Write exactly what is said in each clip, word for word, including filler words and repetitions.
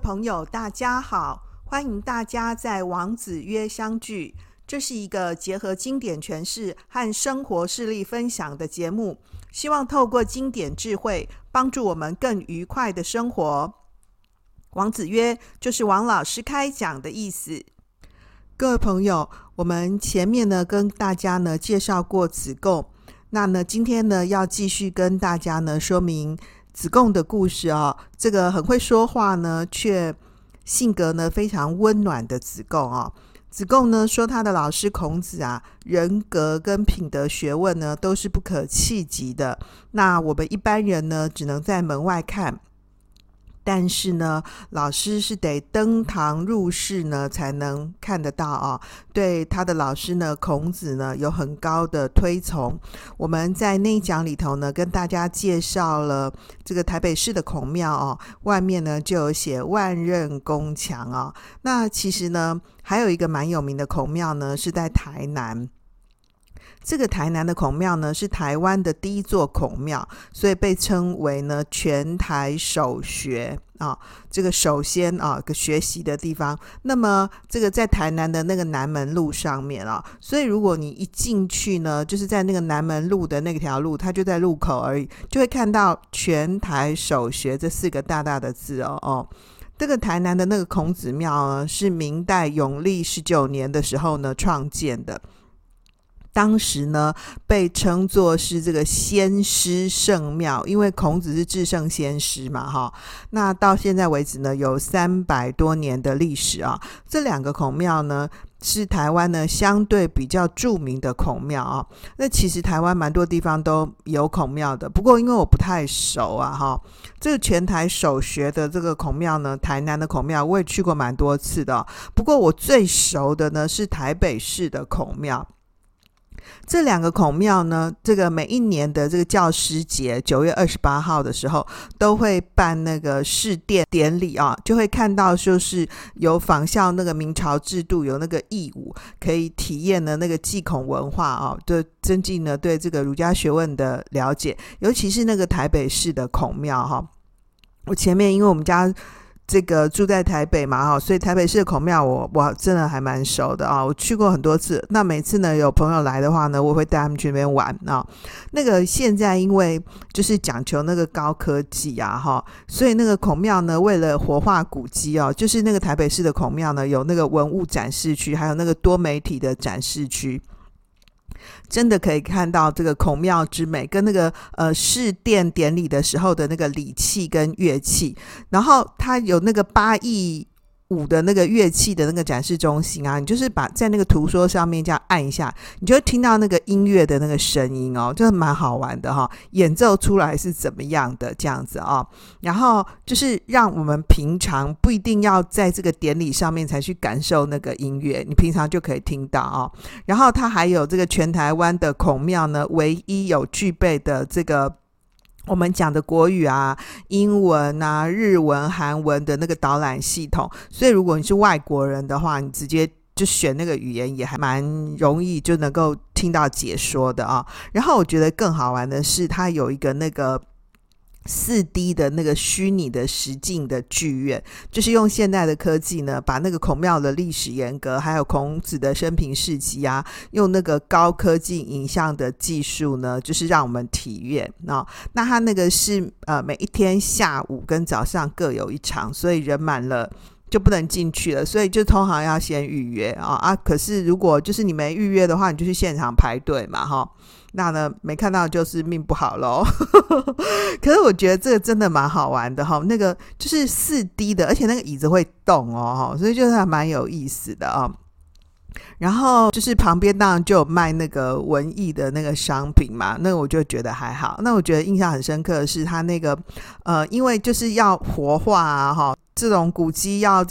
朋友大家好，欢迎大家在王子约相聚。这是一个结合经典诠释和生活事例分享的节目，希望透过经典智慧帮助我们更愉快的生活。王子约就是王老师开讲的意思。各位朋友，我们前面呢跟大家呢介绍过子贡，那呢今天呢要继续跟大家呢说明子贡的故事哦。这个很会说话呢，却性格呢非常温暖的子贡哦。子贡呢说他的老师孔子啊，人格跟品德学问呢都是不可企及的。那我们一般人呢只能在门外看，但是呢老师是得登堂入室呢才能看得到哦。对他的老师呢孔子呢有很高的推崇。我们在那一讲里头呢跟大家介绍了这个台北市的孔庙哦，外面呢就有写万仞宫墙哦。那其实呢还有一个蛮有名的孔庙呢是在台南，这个台南的孔庙呢是台湾的第一座孔庙，所以被称为呢全台首学啊，这个首先啊个学习的地方。那么这个在台南的那个南门路上面啊，所以如果你一进去呢，就是在那个南门路的那条路，它就在路口而已，就会看到全台首学这四个大大的字哦哦。这个台南的那个孔子庙呢，是明代永历十九年的时候呢创建的。当时呢被称作是这个先师圣庙，因为孔子是至圣先师嘛哈。那到现在为止呢有三百多年的历史啊。这两个孔庙呢是台湾呢相对比较著名的孔庙啊。那其实台湾蛮多地方都有孔庙的，不过因为我不太熟啊哈。这个全台首学的这个孔庙呢，台南的孔庙我也去过蛮多次的，不过我最熟的呢是台北市的孔庙。这两个孔庙呢，这个每一年的这个教师节九月二十八号的时候都会办那个试殿典礼啊，就会看到就是有仿效那个明朝制度，有那个义舞，可以体验的那个祭孔文化啊，对增进呢对这个儒家学问的了解。尤其是那个台北市的孔庙哈，我前面因为我们家这个住在台北嘛，所以台北市的孔庙我我真的还蛮熟的啊，我去过很多次。那每次呢有朋友来的话呢，我会带他们去那边玩啊。那个现在因为就是讲求那个高科技啊哈，所以那个孔庙呢为了活化古迹哦，就是那个台北市的孔庙呢有那个文物展示区，还有那个多媒体的展示区。真的可以看到这个孔庙之美，跟那个呃试殿典礼的时候的那个礼器跟乐器，然后它有那个八佾舞的那个乐器的那个展示中心啊，你就是把在那个图说上面这样按一下，你就会听到那个音乐的那个声音哦，就蛮好玩的哈、哦，演奏出来是怎么样的这样子啊、哦，然后就是让我们平常不一定要在这个典礼上面才去感受那个音乐，你平常就可以听到哦。然后它还有这个全台湾的孔庙呢，唯一有具备的这个我们讲的国语啊、英文啊、日文、韩文的那个导览系统，所以如果你是外国人的话，你直接就选那个语言也还蛮容易就能够听到解说的啊。然后我觉得更好玩的是它有一个那个四 D 的那个虚拟的实境的剧院，就是用现代的科技呢，把那个孔庙的历史沿革，还有孔子的生平事迹啊，用那个高科技影像的技术呢，就是让我们体验、哦、那它那个是呃每一天下午跟早上各有一场，所以人满了就不能进去了，所以就通常要先预约 啊, 啊可是如果就是你没预约的话，你就去现场排队嘛哈。那呢没看到就是命不好咯可是我觉得这个真的蛮好玩的哈，那个就是四 D 的，而且那个椅子会动哦，所以就是还蛮有意思的啊、哦。然后就是旁边当然就有卖那个文艺的那个商品嘛，那我就觉得还好。那我觉得印象很深刻的是他那个呃，因为就是要活化啊哈，这种古迹要这个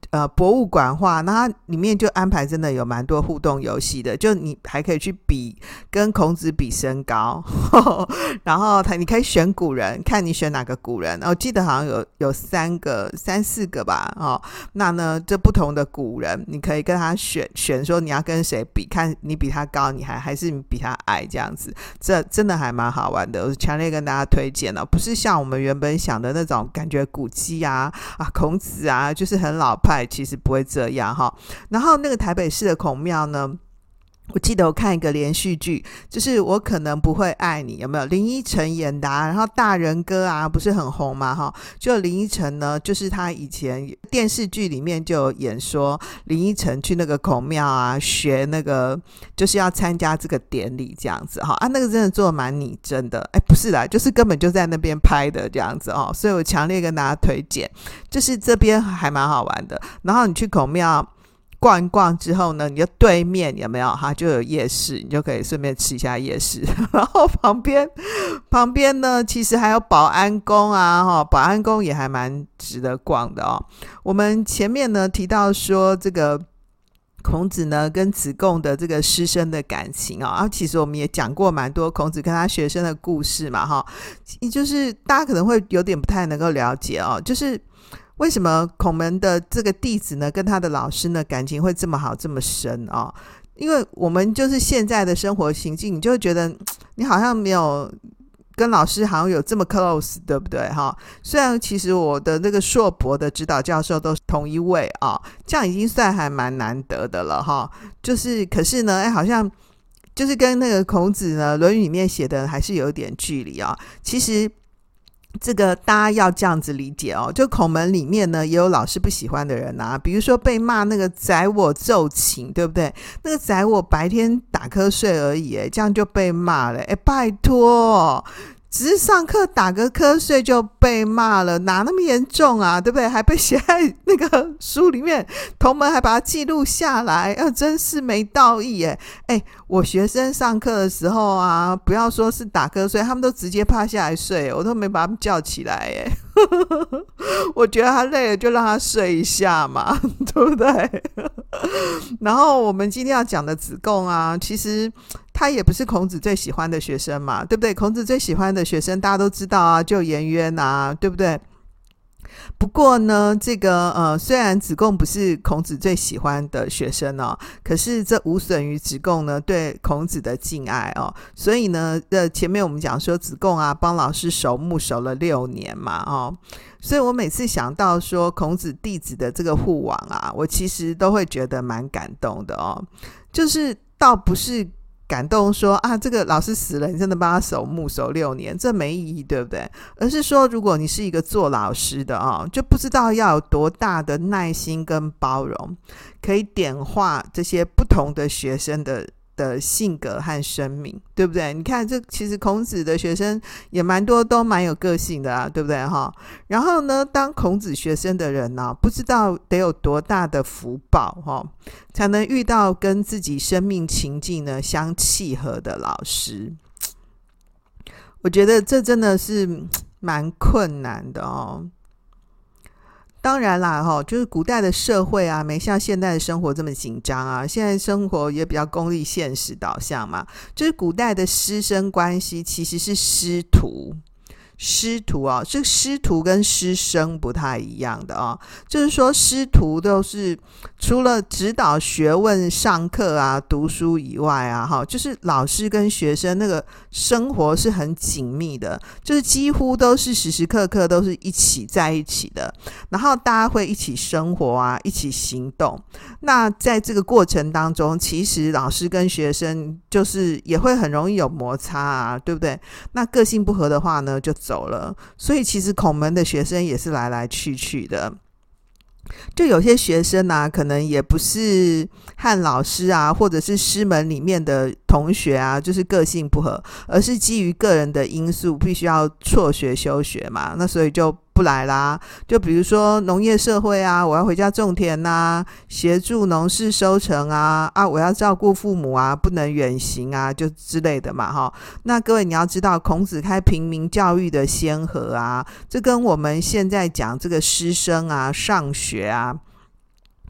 呃博物馆化，那它里面就安排真的有蛮多互动游戏的，就你还可以去比跟孔子比身高然后他你可以选古人，看你选哪个古人，我记得好像有有三个三四个吧、哦、那呢这不同的古人你可以跟他选选说你要跟谁比，看你比他高你还还是你比他矮，这样子这真的还蛮好玩的，我强烈跟大家推荐哦，不是像我们原本想的那种感觉古迹啊啊孔子啊就是很老派，其实不会这样哈。然后那个台北市的孔庙呢，我记得我看一个连续剧，就是我可能不会爱你，有没有林依晨演的啊？然后大人哥啊不是很红吗？哈，就林依晨呢，就是他以前电视剧里面就有演说林依晨去那个孔庙啊学那个就是要参加这个典礼这样子哈啊，那个真的做得蛮拟真的，哎不是啦，就是根本就在那边拍的这样子哦，所以我强烈跟大家推荐，就是这边还蛮好玩的。然后你去孔庙逛一逛之后呢，你就对面有没有它就有夜市，你就可以顺便吃一下夜市然后旁边旁边呢其实还有保安宫啊、哦、保安宫也还蛮值得逛的哦。我们前面呢提到说这个孔子呢跟子贡的这个师生的感情、哦、啊，其实我们也讲过蛮多孔子跟他学生的故事嘛、哦、就是大家可能会有点不太能够了解哦，就是为什么孔门的这个弟子呢跟他的老师呢感情会这么好这么深哦？因为我们就是现在的生活情境，你就会觉得你好像没有跟老师好像有这么 close， 对不对哈？虽然其实我的那个硕博的指导教授都是同一位啊、哦，这样已经算还蛮难得的了哈。就是可是呢，哎，好像就是跟那个孔子呢，《论语》里面写的还是有点距离啊、哦。其实。这个大家要这样子理解哦，就孔门里面呢也有老师不喜欢的人啊，比如说被骂那个宰我奏琴，对不对？那个宰我白天打瞌睡而已，这样就被骂了，哎，拜托，只是上课打个瞌睡就被骂了，哪那么严重啊，对不对？还被写在那个书里面，同门还把它记录下来，啊，真是没道义耶！哎，我学生上课的时候啊，不要说是打瞌睡，他们都直接趴下来睡，我都没把他们叫起来耶。我觉得他累了就让他睡一下嘛，对不对？然后我们今天要讲的子贡啊，其实他也不是孔子最喜欢的学生嘛，对不对？孔子最喜欢的学生大家都知道啊，就颜渊啊，对不对？不过呢，这个呃，虽然子贡不是孔子最喜欢的学生哦，可是这无损于子贡呢对孔子的敬爱哦。所以呢，呃，前面我们讲说子贡啊，帮老师守墓守了六年嘛，哦，所以我每次想到说孔子弟子的这个互往啊，我其实都会觉得蛮感动的哦。就是倒不是感动说啊，这个老师死了，你真的帮他守墓守六年，这没意义，对不对？而是说，如果你是一个做老师的哦，就不知道要有多大的耐心跟包容，可以点化这些不同的学生的的性格和生命，对不对？你看这其实孔子的学生也蛮多都蛮有个性的啊，对不对哈？然后呢，当孔子学生的人呢、啊，不知道得有多大的福报哈，才能遇到跟自己生命情境呢相契合的老师。我觉得这真的是蛮困难的哦。当然啦，就是古代的社会啊，没像现在的生活这么紧张啊。现在生活也比较功利现实导向嘛，就是古代的师生关系其实是师徒。师徒哦，这师徒跟师生不太一样的哦，就是说师徒都是除了指导学问、上课啊、读书以外啊，哈，就是老师跟学生那个生活是很紧密的，就是几乎都是时时刻刻都是一起在一起的，然后大家会一起生活啊，一起行动。那在这个过程当中，其实老师跟学生就是也会很容易有摩擦啊，对不对？那个性不合的话呢，就走了。所以其实孔门的学生也是来来去去的，就有些学生啊，可能也不是和老师啊或者是师门里面的同学啊就是个性不合，而是基于个人的因素必须要辍学休学嘛，那所以就不来啦。就比如说农业社会啊，我要回家种田啊，协助农事收成啊，啊，我要照顾父母啊，不能远行啊，就之类的嘛哈。那各位你要知道，孔子开平民教育的先河啊，这跟我们现在讲这个师生啊、上学啊，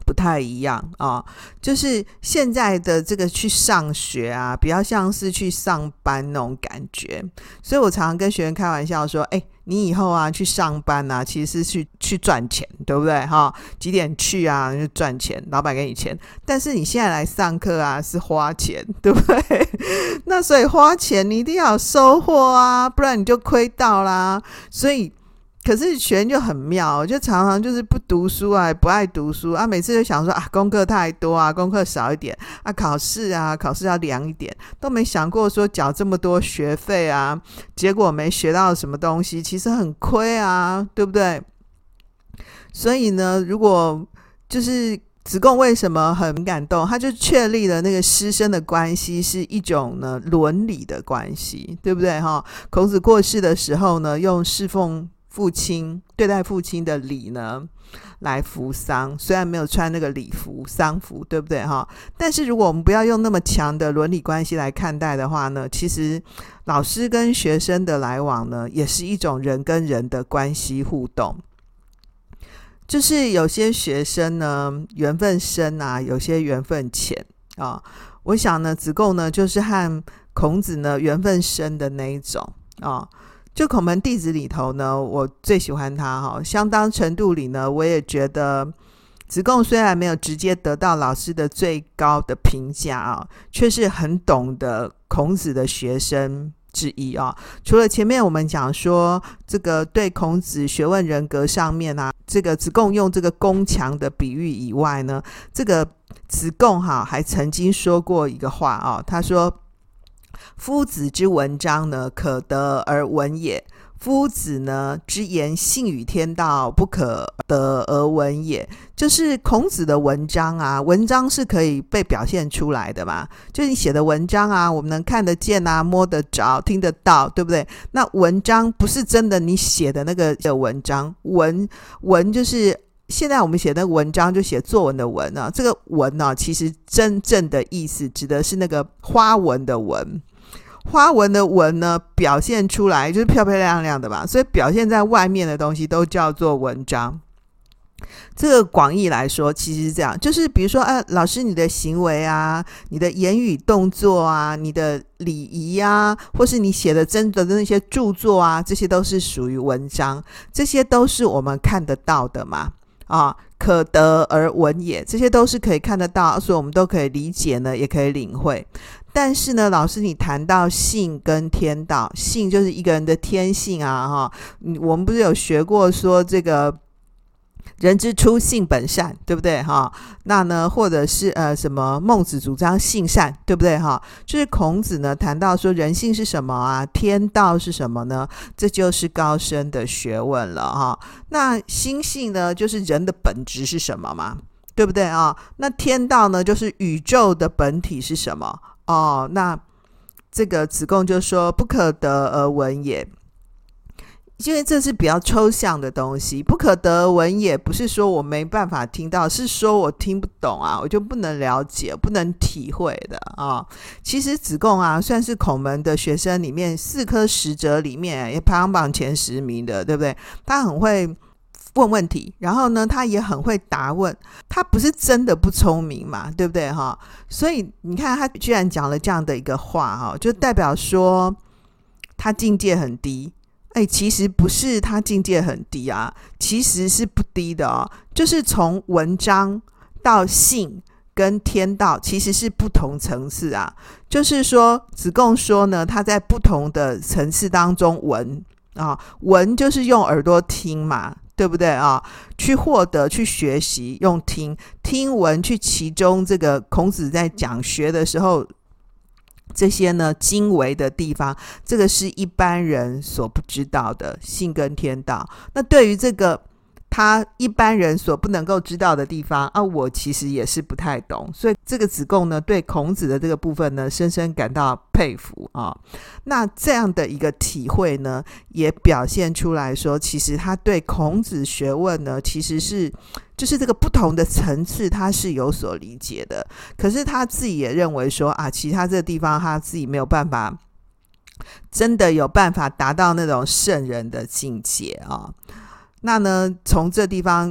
不太一样啊，就是现在的这个去上学啊，比较像是去上班那种感觉。所以我常常跟学员开玩笑说，哎，你以后啊去上班啊，其实是去去赚钱，对不对哈？几点去啊就赚钱，老板给你钱。但是你现在来上课啊是花钱，对不对？那所以花钱你一定要有收获啊，不然你就亏到啦。所以可是学员就很妙，就常常就是不读书啊，不爱读书啊，每次就想说啊，功课太多啊，功课少一点啊，考试啊，考试要凉一点，都没想过说缴这么多学费啊，结果没学到什么东西，其实很亏啊，对不对？所以呢，如果就是子贡为什么很感动，他就确立了那个师生的关系是一种呢伦理的关系，对不对哈？孔子过世的时候呢，用侍奉父亲对待父亲的礼呢来服丧，虽然没有穿那个礼服丧服，对不对哈？但是如果我们不要用那么强的伦理关系来看待的话呢，其实老师跟学生的来往呢也是一种人跟人的关系互动。就是有些学生呢缘分深啊，有些缘分浅啊。我想呢子贡呢就是和孔子呢缘分深的那一种啊。就孔门弟子里头呢，我最喜欢他哈，相当程度里呢，我也觉得子贡虽然没有直接得到老师的最高的评价啊，却是很懂得孔子的学生之一啊。除了前面我们讲说这个对孔子学问人格上面啊，这个子贡用这个宫墙的比喻以外呢，这个子贡哈还曾经说过一个话啊，他说夫子之文章呢，可得而闻也；夫子呢之言信与天道，不可得而闻也。就是孔子的文章啊，文章是可以被表现出来的嘛，就是你写的文章啊，我们能看得见啊，摸得着，听得到，对不对？那文章不是真的你写的那个文章，文文就是现在我们写的文章就写作文的文啊，这个文呢、啊，其实真正的意思指的是那个花纹的纹。花纹的纹呢，表现出来就是漂漂亮亮的嘛，所以表现在外面的东西都叫做文章。这个广义来说其实是这样，就是比如说、啊、老师你的行为啊，你的言语动作啊，你的礼仪啊，或是你写的真的那些著作啊，这些都是属于文章，这些都是我们看得到的嘛啊，可得而闻也，这些都是可以看得到，所以我们都可以理解呢，也可以领会。但是呢，老师你谈到性跟天道，性就是一个人的天性啊哈，我们不是有学过说这个人之初性本善，对不对哈？那呢，或者是呃什么孟子主张性善，对不对哈？就是孔子呢谈到说人性是什么啊，天道是什么呢？这就是高深的学问了哈。那心性呢，就是人的本质是什么嘛，对不对啊？那天道呢，就是宇宙的本体是什么哦？那这个子贡就说不可得而闻也，因为这是比较抽象的东西，不可得而闻也不是说我没办法听到，是说我听不懂啊，我就不能了解，不能体会的啊。其实子贡啊算是孔门的学生里面四科十哲里面也排行榜前十名的，对不对？他很会问问题，然后呢他也很会答问，他不是真的不聪明嘛，对不对哈？所以你看他居然讲了这样的一个话哈，就代表说他境界很低。哎，其实不是他境界很低啊，其实是不低的哦。就是从文章到性跟天道其实是不同层次啊。就是说子贡说呢，他在不同的层次当中闻啊，闻就是用耳朵听嘛，对不对啊？去获得去学习，用听听闻去其中这个孔子在讲学的时候这些呢精微的地方，这个是一般人所不知道的性跟天道。那对于这个他一般人所不能够知道的地方啊，我其实也是不太懂，所以这个子贡呢对孔子的这个部分呢深深感到佩服啊。那这样的一个体会呢也表现出来说，其实他对孔子学问呢其实是就是这个不同的层次他是有所理解的，可是他自己也认为说啊，其他这个地方他自己没有办法真的有办法达到那种圣人的境界啊。那呢从这地方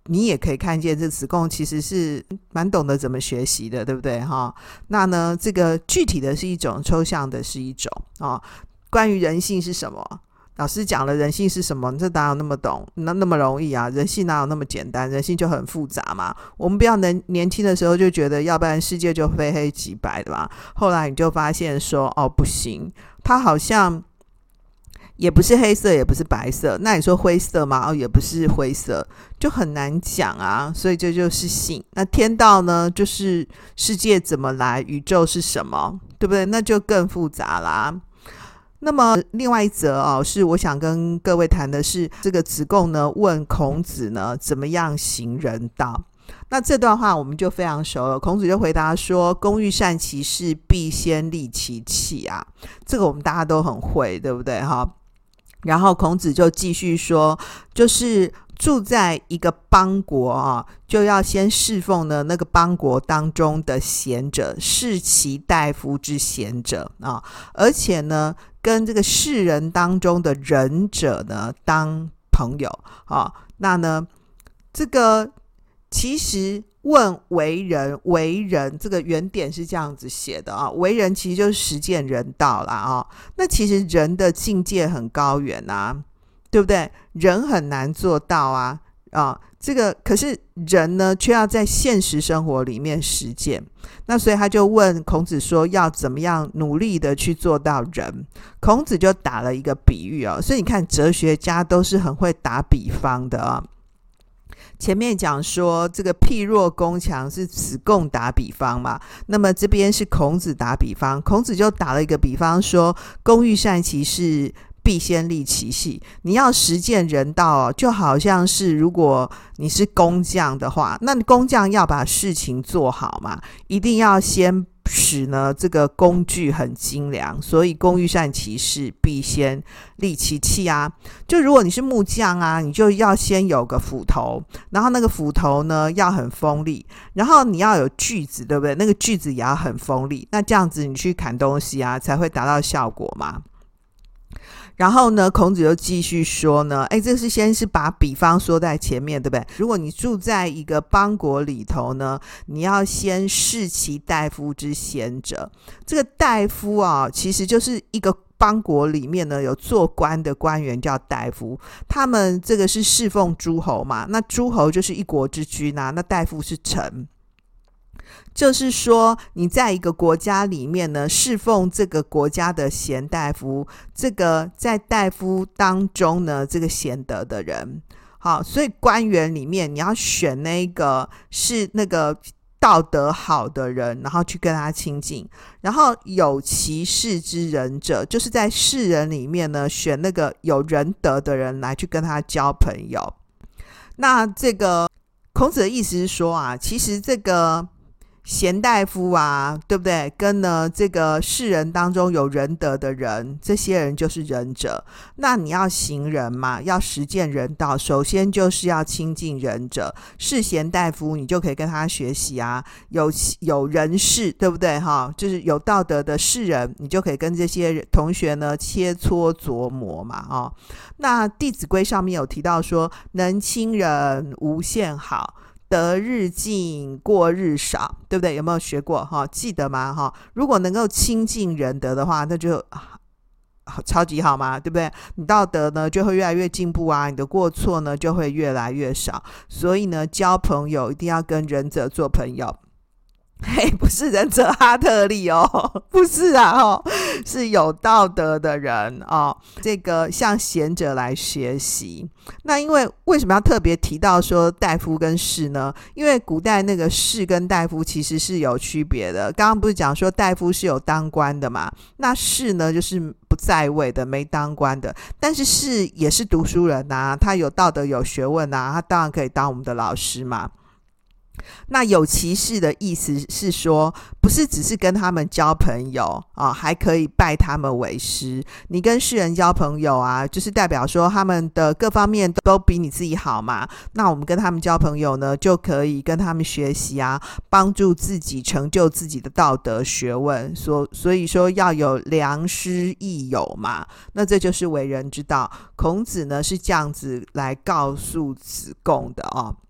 你也可以看见这子贡其实是蛮懂得怎么学习的，对不对哈？那呢，这个具体的是一种，抽象的是一种啊。关于人性是什么，老师讲了人性是什么，这哪有那么懂，那那么容易啊？人性哪有那么简单？人性就很复杂嘛。我们不要能年轻的时候就觉得，要不然世界就非黑即白的嘛。后来你就发现说，哦，不行，它好像也不是黑色也不是白色，那你说灰色吗？哦，也不是灰色，就很难讲啊。所以这就是性。那天道呢，就是世界怎么来，宇宙是什么，对不对？那就更复杂啦。那么另外一则哦，是我想跟各位谈的是，这个子贡呢问孔子呢怎么样行人道。那这段话我们就非常熟了，孔子就回答说，工欲善其事，必先利其器啊。这个我们大家都很会，对不对哈？然后孔子就继续说，就是住在一个邦国啊，就要先侍奉呢那个邦国当中的贤者，士其大夫之贤者啊，而且呢跟这个世人当中的仁者呢当朋友啊。那呢这个其实问为人，为人这个原点是这样子写的啊，为人其实就是实践人道啦啊。那其实人的境界很高远啊，对不对？人很难做到啊啊，这个可是人呢，却要在现实生活里面实践。那所以他就问孔子说，要怎么样努力的去做到人？孔子就打了一个比喻哦，所以你看哲学家都是很会打比方的啊。前面讲说这个譬若宫墙是子贡打比方嘛，那么这边是孔子打比方，孔子就打了一个比方说，工欲善其事，必先利其器。你要实践人道，就好像是如果你是工匠的话，那工匠要把事情做好嘛，一定要先使呢这个工具很精良，所以工欲善其事，必先利其器啊。就如果你是木匠啊，你就要先有个斧头，然后那个斧头呢要很锋利，然后你要有锯子，对不对？那个锯子也要很锋利，那这样子你去砍东西啊才会达到效果嘛。然后呢，孔子就继续说呢，哎，这是先是把比方说在前面，对不对？如果你住在一个邦国里头呢，你要先士其大夫之贤者。这个大夫啊，其实就是一个邦国里面呢有做官的官员叫大夫，他们这个是侍奉诸侯嘛，那诸侯就是一国之君啊，那大夫是臣。就是说你在一个国家里面呢侍奉这个国家的贤大夫，这个在大夫当中呢这个贤德的人。好，所以官员里面你要选那个是那个道德好的人，然后去跟他亲近。然后有其事之仁者，就是在世人里面呢选那个有仁德的人来去跟他交朋友。那这个孔子的意思是说啊，其实这个贤大夫啊，对不对？跟呢这个世人当中有仁德的人，这些人就是仁者。那你要行仁嘛，要实践人道，首先就是要亲近仁者。是贤大夫，你就可以跟他学习啊。有有仁士，对不对哈？就是有道德的士人，你就可以跟这些同学呢切磋琢磨嘛哦。那《弟子规》上面有提到说，能亲仁，无限好。得日进，过日少，对不对？有没有学过哈？记得吗哈？如果能够亲近仁德的话，那就超级好嘛，对不对？你道德呢就会越来越进步啊，你的过错呢就会越来越少。所以呢，交朋友一定要跟仁者做朋友。嘿，不是仁者哈特利哦，不是啊哦，是有道德的人哦，这个向贤者来学习。那因为为什么要特别提到说大夫跟士呢？因为古代那个士跟大夫其实是有区别的。刚刚不是讲说大夫是有当官的嘛，那士呢就是不在位的，没当官的。但是士也是读书人啊，他有道德有学问啊，他当然可以当我们的老师嘛。那有其事的意思是说，不是只是跟他们交朋友啊，还可以拜他们为师。你跟世人交朋友啊，就是代表说他们的各方面都比你自己好嘛。那我们跟他们交朋友呢，就可以跟他们学习啊，帮助自己成就自己的道德学问。所所以说要有良师益友嘛，那这就是为人之道。孔子呢是这样子来告诉子贡的哦。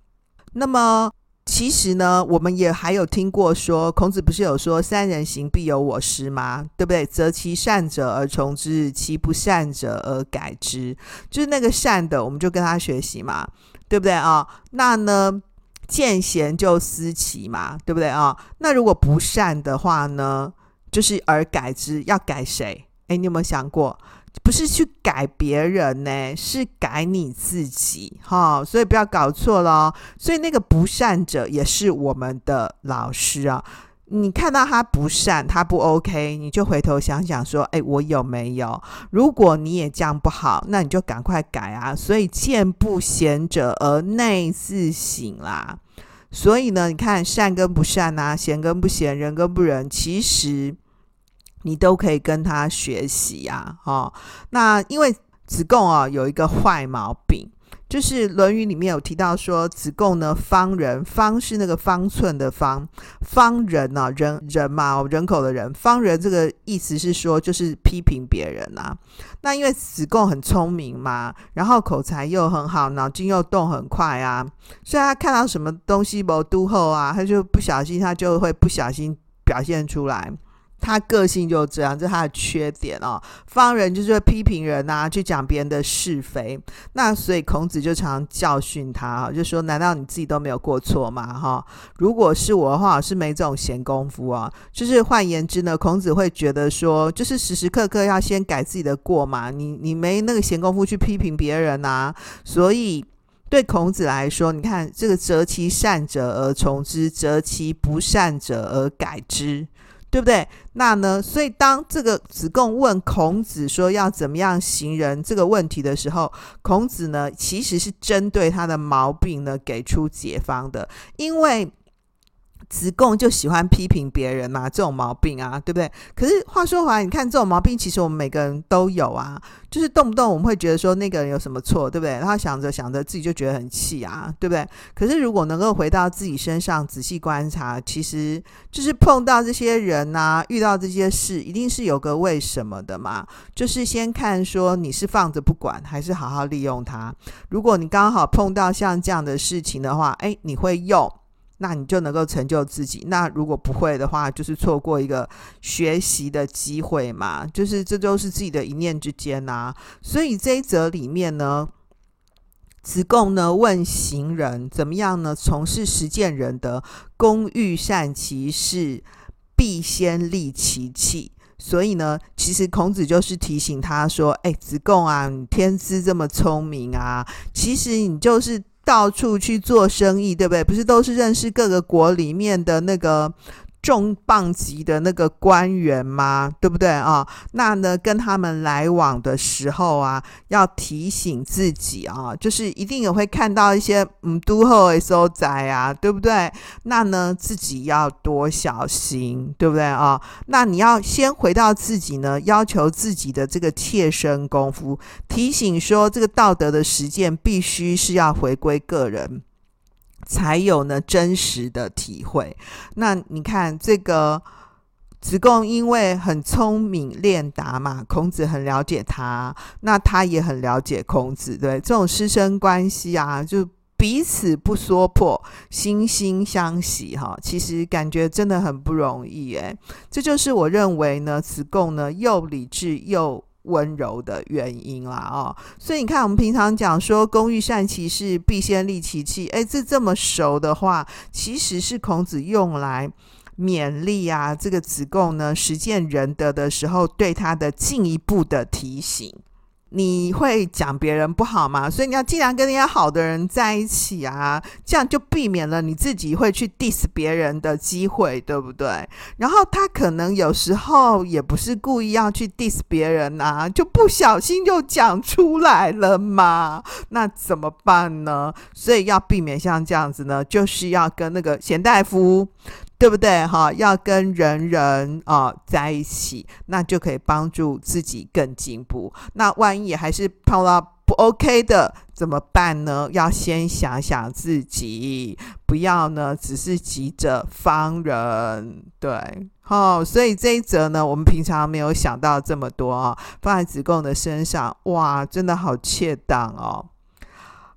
那么其实呢，我们也还有听过说，孔子不是有说三人行必有我师吗？对不对？择其善者而从之，其不善者而改之。就是那个善的，我们就跟他学习嘛，对不对啊？那呢，见贤就思齐嘛，对不对啊？那如果不善的话呢，就是而改之，要改谁？哎，你有没有想过？不是去改别人呢，是改你自己哈，所以不要搞错了哦。所以那个不善者也是我们的老师啊。你看到他不善，他不 OK， 你就回头想想说，哎，我有没有？如果你也这样不好，那你就赶快改啊。所以见不贤者而内自省啦。所以呢，你看善跟不善啊，贤跟不贤，人跟不仁，其实你都可以跟他学习啊。哦、那因为子贡啊有一个坏毛病，就是《论语》里面有提到说，子贡呢方人，方是那个方寸的方，方人啊，人人嘛，人口的人，方人这个意思是说就是批评别人啊。那因为子贡很聪明嘛，然后口才又很好，脑筋又动很快啊，所以他看到什么东西没读后啊，他就不小心，他就会不小心表现出来。他个性就这样，这是他的缺点哦。方人就是会批评人啊，去讲别人的是非。那所以孔子就常常教训他，就说：“难道你自己都没有过错吗？哈，如果是我的话，我是没这种闲工夫啊。就是换言之呢，孔子会觉得说，就是时时刻刻要先改自己的过嘛。你你没那个闲工夫去批评别人啊，所以。”对孔子来说，你看这个择其善者而从之，择其不善者而改之，对不对？那呢，所以当这个子贡问孔子说要怎么样行人这个问题的时候，孔子呢其实是针对他的毛病呢给出解方的。因为子贡就喜欢批评别人嘛，这种毛病啊，对不对？可是话说回来，你看这种毛病其实我们每个人都有啊，就是动不动我们会觉得说那个人有什么错，对不对？然后想着想着自己就觉得很气啊，对不对？可是如果能够回到自己身上仔细观察，其实就是碰到这些人啊，遇到这些事一定是有个为什么的嘛，就是先看说你是放着不管还是好好利用它。如果你刚好碰到像这样的事情的话，哎，你会用，那你就能够成就自己。那如果不会的话，就是错过一个学习的机会嘛，就是这都是自己的一念之间啊。所以这一则里面呢，子贡呢问行人怎么样呢从事实践仁德，工欲善其事，必先利其器。所以呢，其实孔子就是提醒他说，哎，子贡啊，你天资这么聪明啊，其实你就是到处去做生意，对不对？不是都是认识各个国里面的那个重磅级的那个官员吗？对不对啊？那呢，跟他们来往的时候啊，要提醒自己啊，就是一定也会看到一些嗯都后的所在啊，对不对？那呢，自己要多小心，对不对啊？那你要先回到自己呢，要求自己的这个切身功夫，提醒说这个道德的实践必须是要回归个人。才有呢真实的体会。那你看这个子贡因为很聪明练达嘛，孔子很了解他，那他也很了解孔子，对，这种师生关系啊，就彼此不说破，惺惺相惜哈，其实感觉真的很不容易诶。这就是我认为呢，子贡呢又理智又温柔的原因啦哦，所以你看我们平常讲说工欲善其事，必先利其器，哎，这这么熟的话，其实是孔子用来勉励啊这个子贡呢实践仁德的时候对他的进一步的提醒。你会讲别人不好吗？所以你要尽量跟人家好的人在一起啊，这样就避免了你自己会去 diss 别人的机会，对不对？然后他可能有时候也不是故意要去 diss 别人啊，就不小心就讲出来了嘛，那怎么办呢？所以要避免像这样子呢，就是要跟那个贤大夫，对不对哈？要跟人人啊、呃、在一起，那就可以帮助自己更进步。那万一还是碰到不 OK 的怎么办呢？要先想想自己，不要呢只是急着方人，对。哦，所以这一则呢，我们平常没有想到这么多啊、哦，放在子贡的身上，哇，真的好切当哦。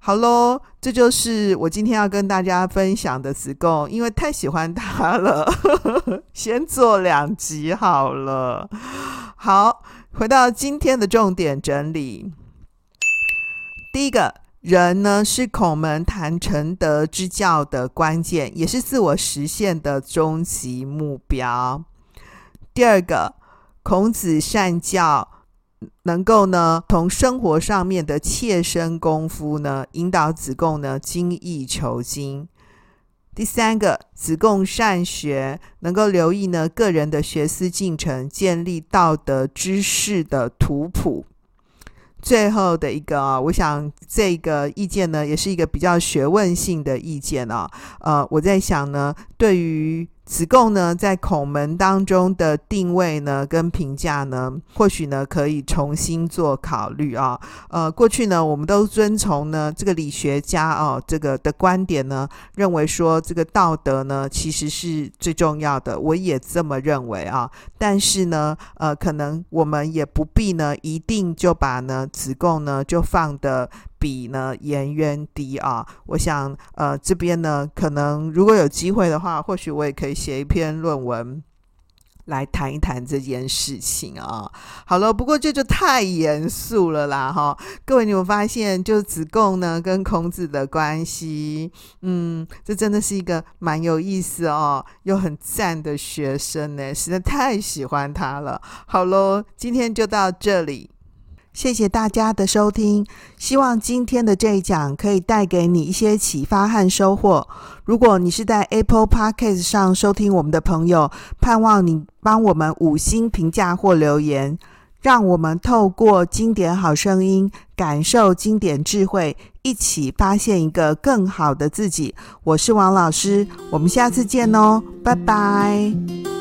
好咯，这就是我今天要跟大家分享的子贡，因为太喜欢他了先做两集好了。好，回到今天的重点整理。第一个，人呢是孔门谈成德之教的关键，也是自我实现的终极目标。第二个，孔子善教能够呢从生活上面的切身功夫呢引导子贡呢精益求精。第三个，子贡善学，能够留意呢个人的学思进程，建立道德知识的图谱。最后的一个啊，我想这个意见呢也是一个比较学问性的意见啊。呃，我在想呢，对于子贡呢在孔门当中的定位呢跟评价呢，或许呢可以重新做考虑啊。呃，过去呢我们都遵从呢这个理学家啊这个的观点呢，认为说这个道德呢其实是最重要的，我也这么认为啊。但是呢呃可能我们也不必呢一定就把呢子贡呢就放的比呢颜渊低啊。我想呃这边呢可能如果有机会的话，或许我也可以写一篇论文来谈一谈这件事情啊。好了，不过这就太严肃了啦哈。各位，你有发现就子贡呢跟孔子的关系，嗯，这真的是一个蛮有意思哦，又很赞的学生呢，实在太喜欢他了。好咯，今天就到这里。谢谢大家的收听，希望今天的这一讲可以带给你一些启发和收获。如果你是在 Apple Podcast 上收听我们的朋友，盼望你帮我们五星评价或留言，让我们透过经典好声音，感受经典智慧，一起发现一个更好的自己。我是王老师，我们下次见哦，拜拜。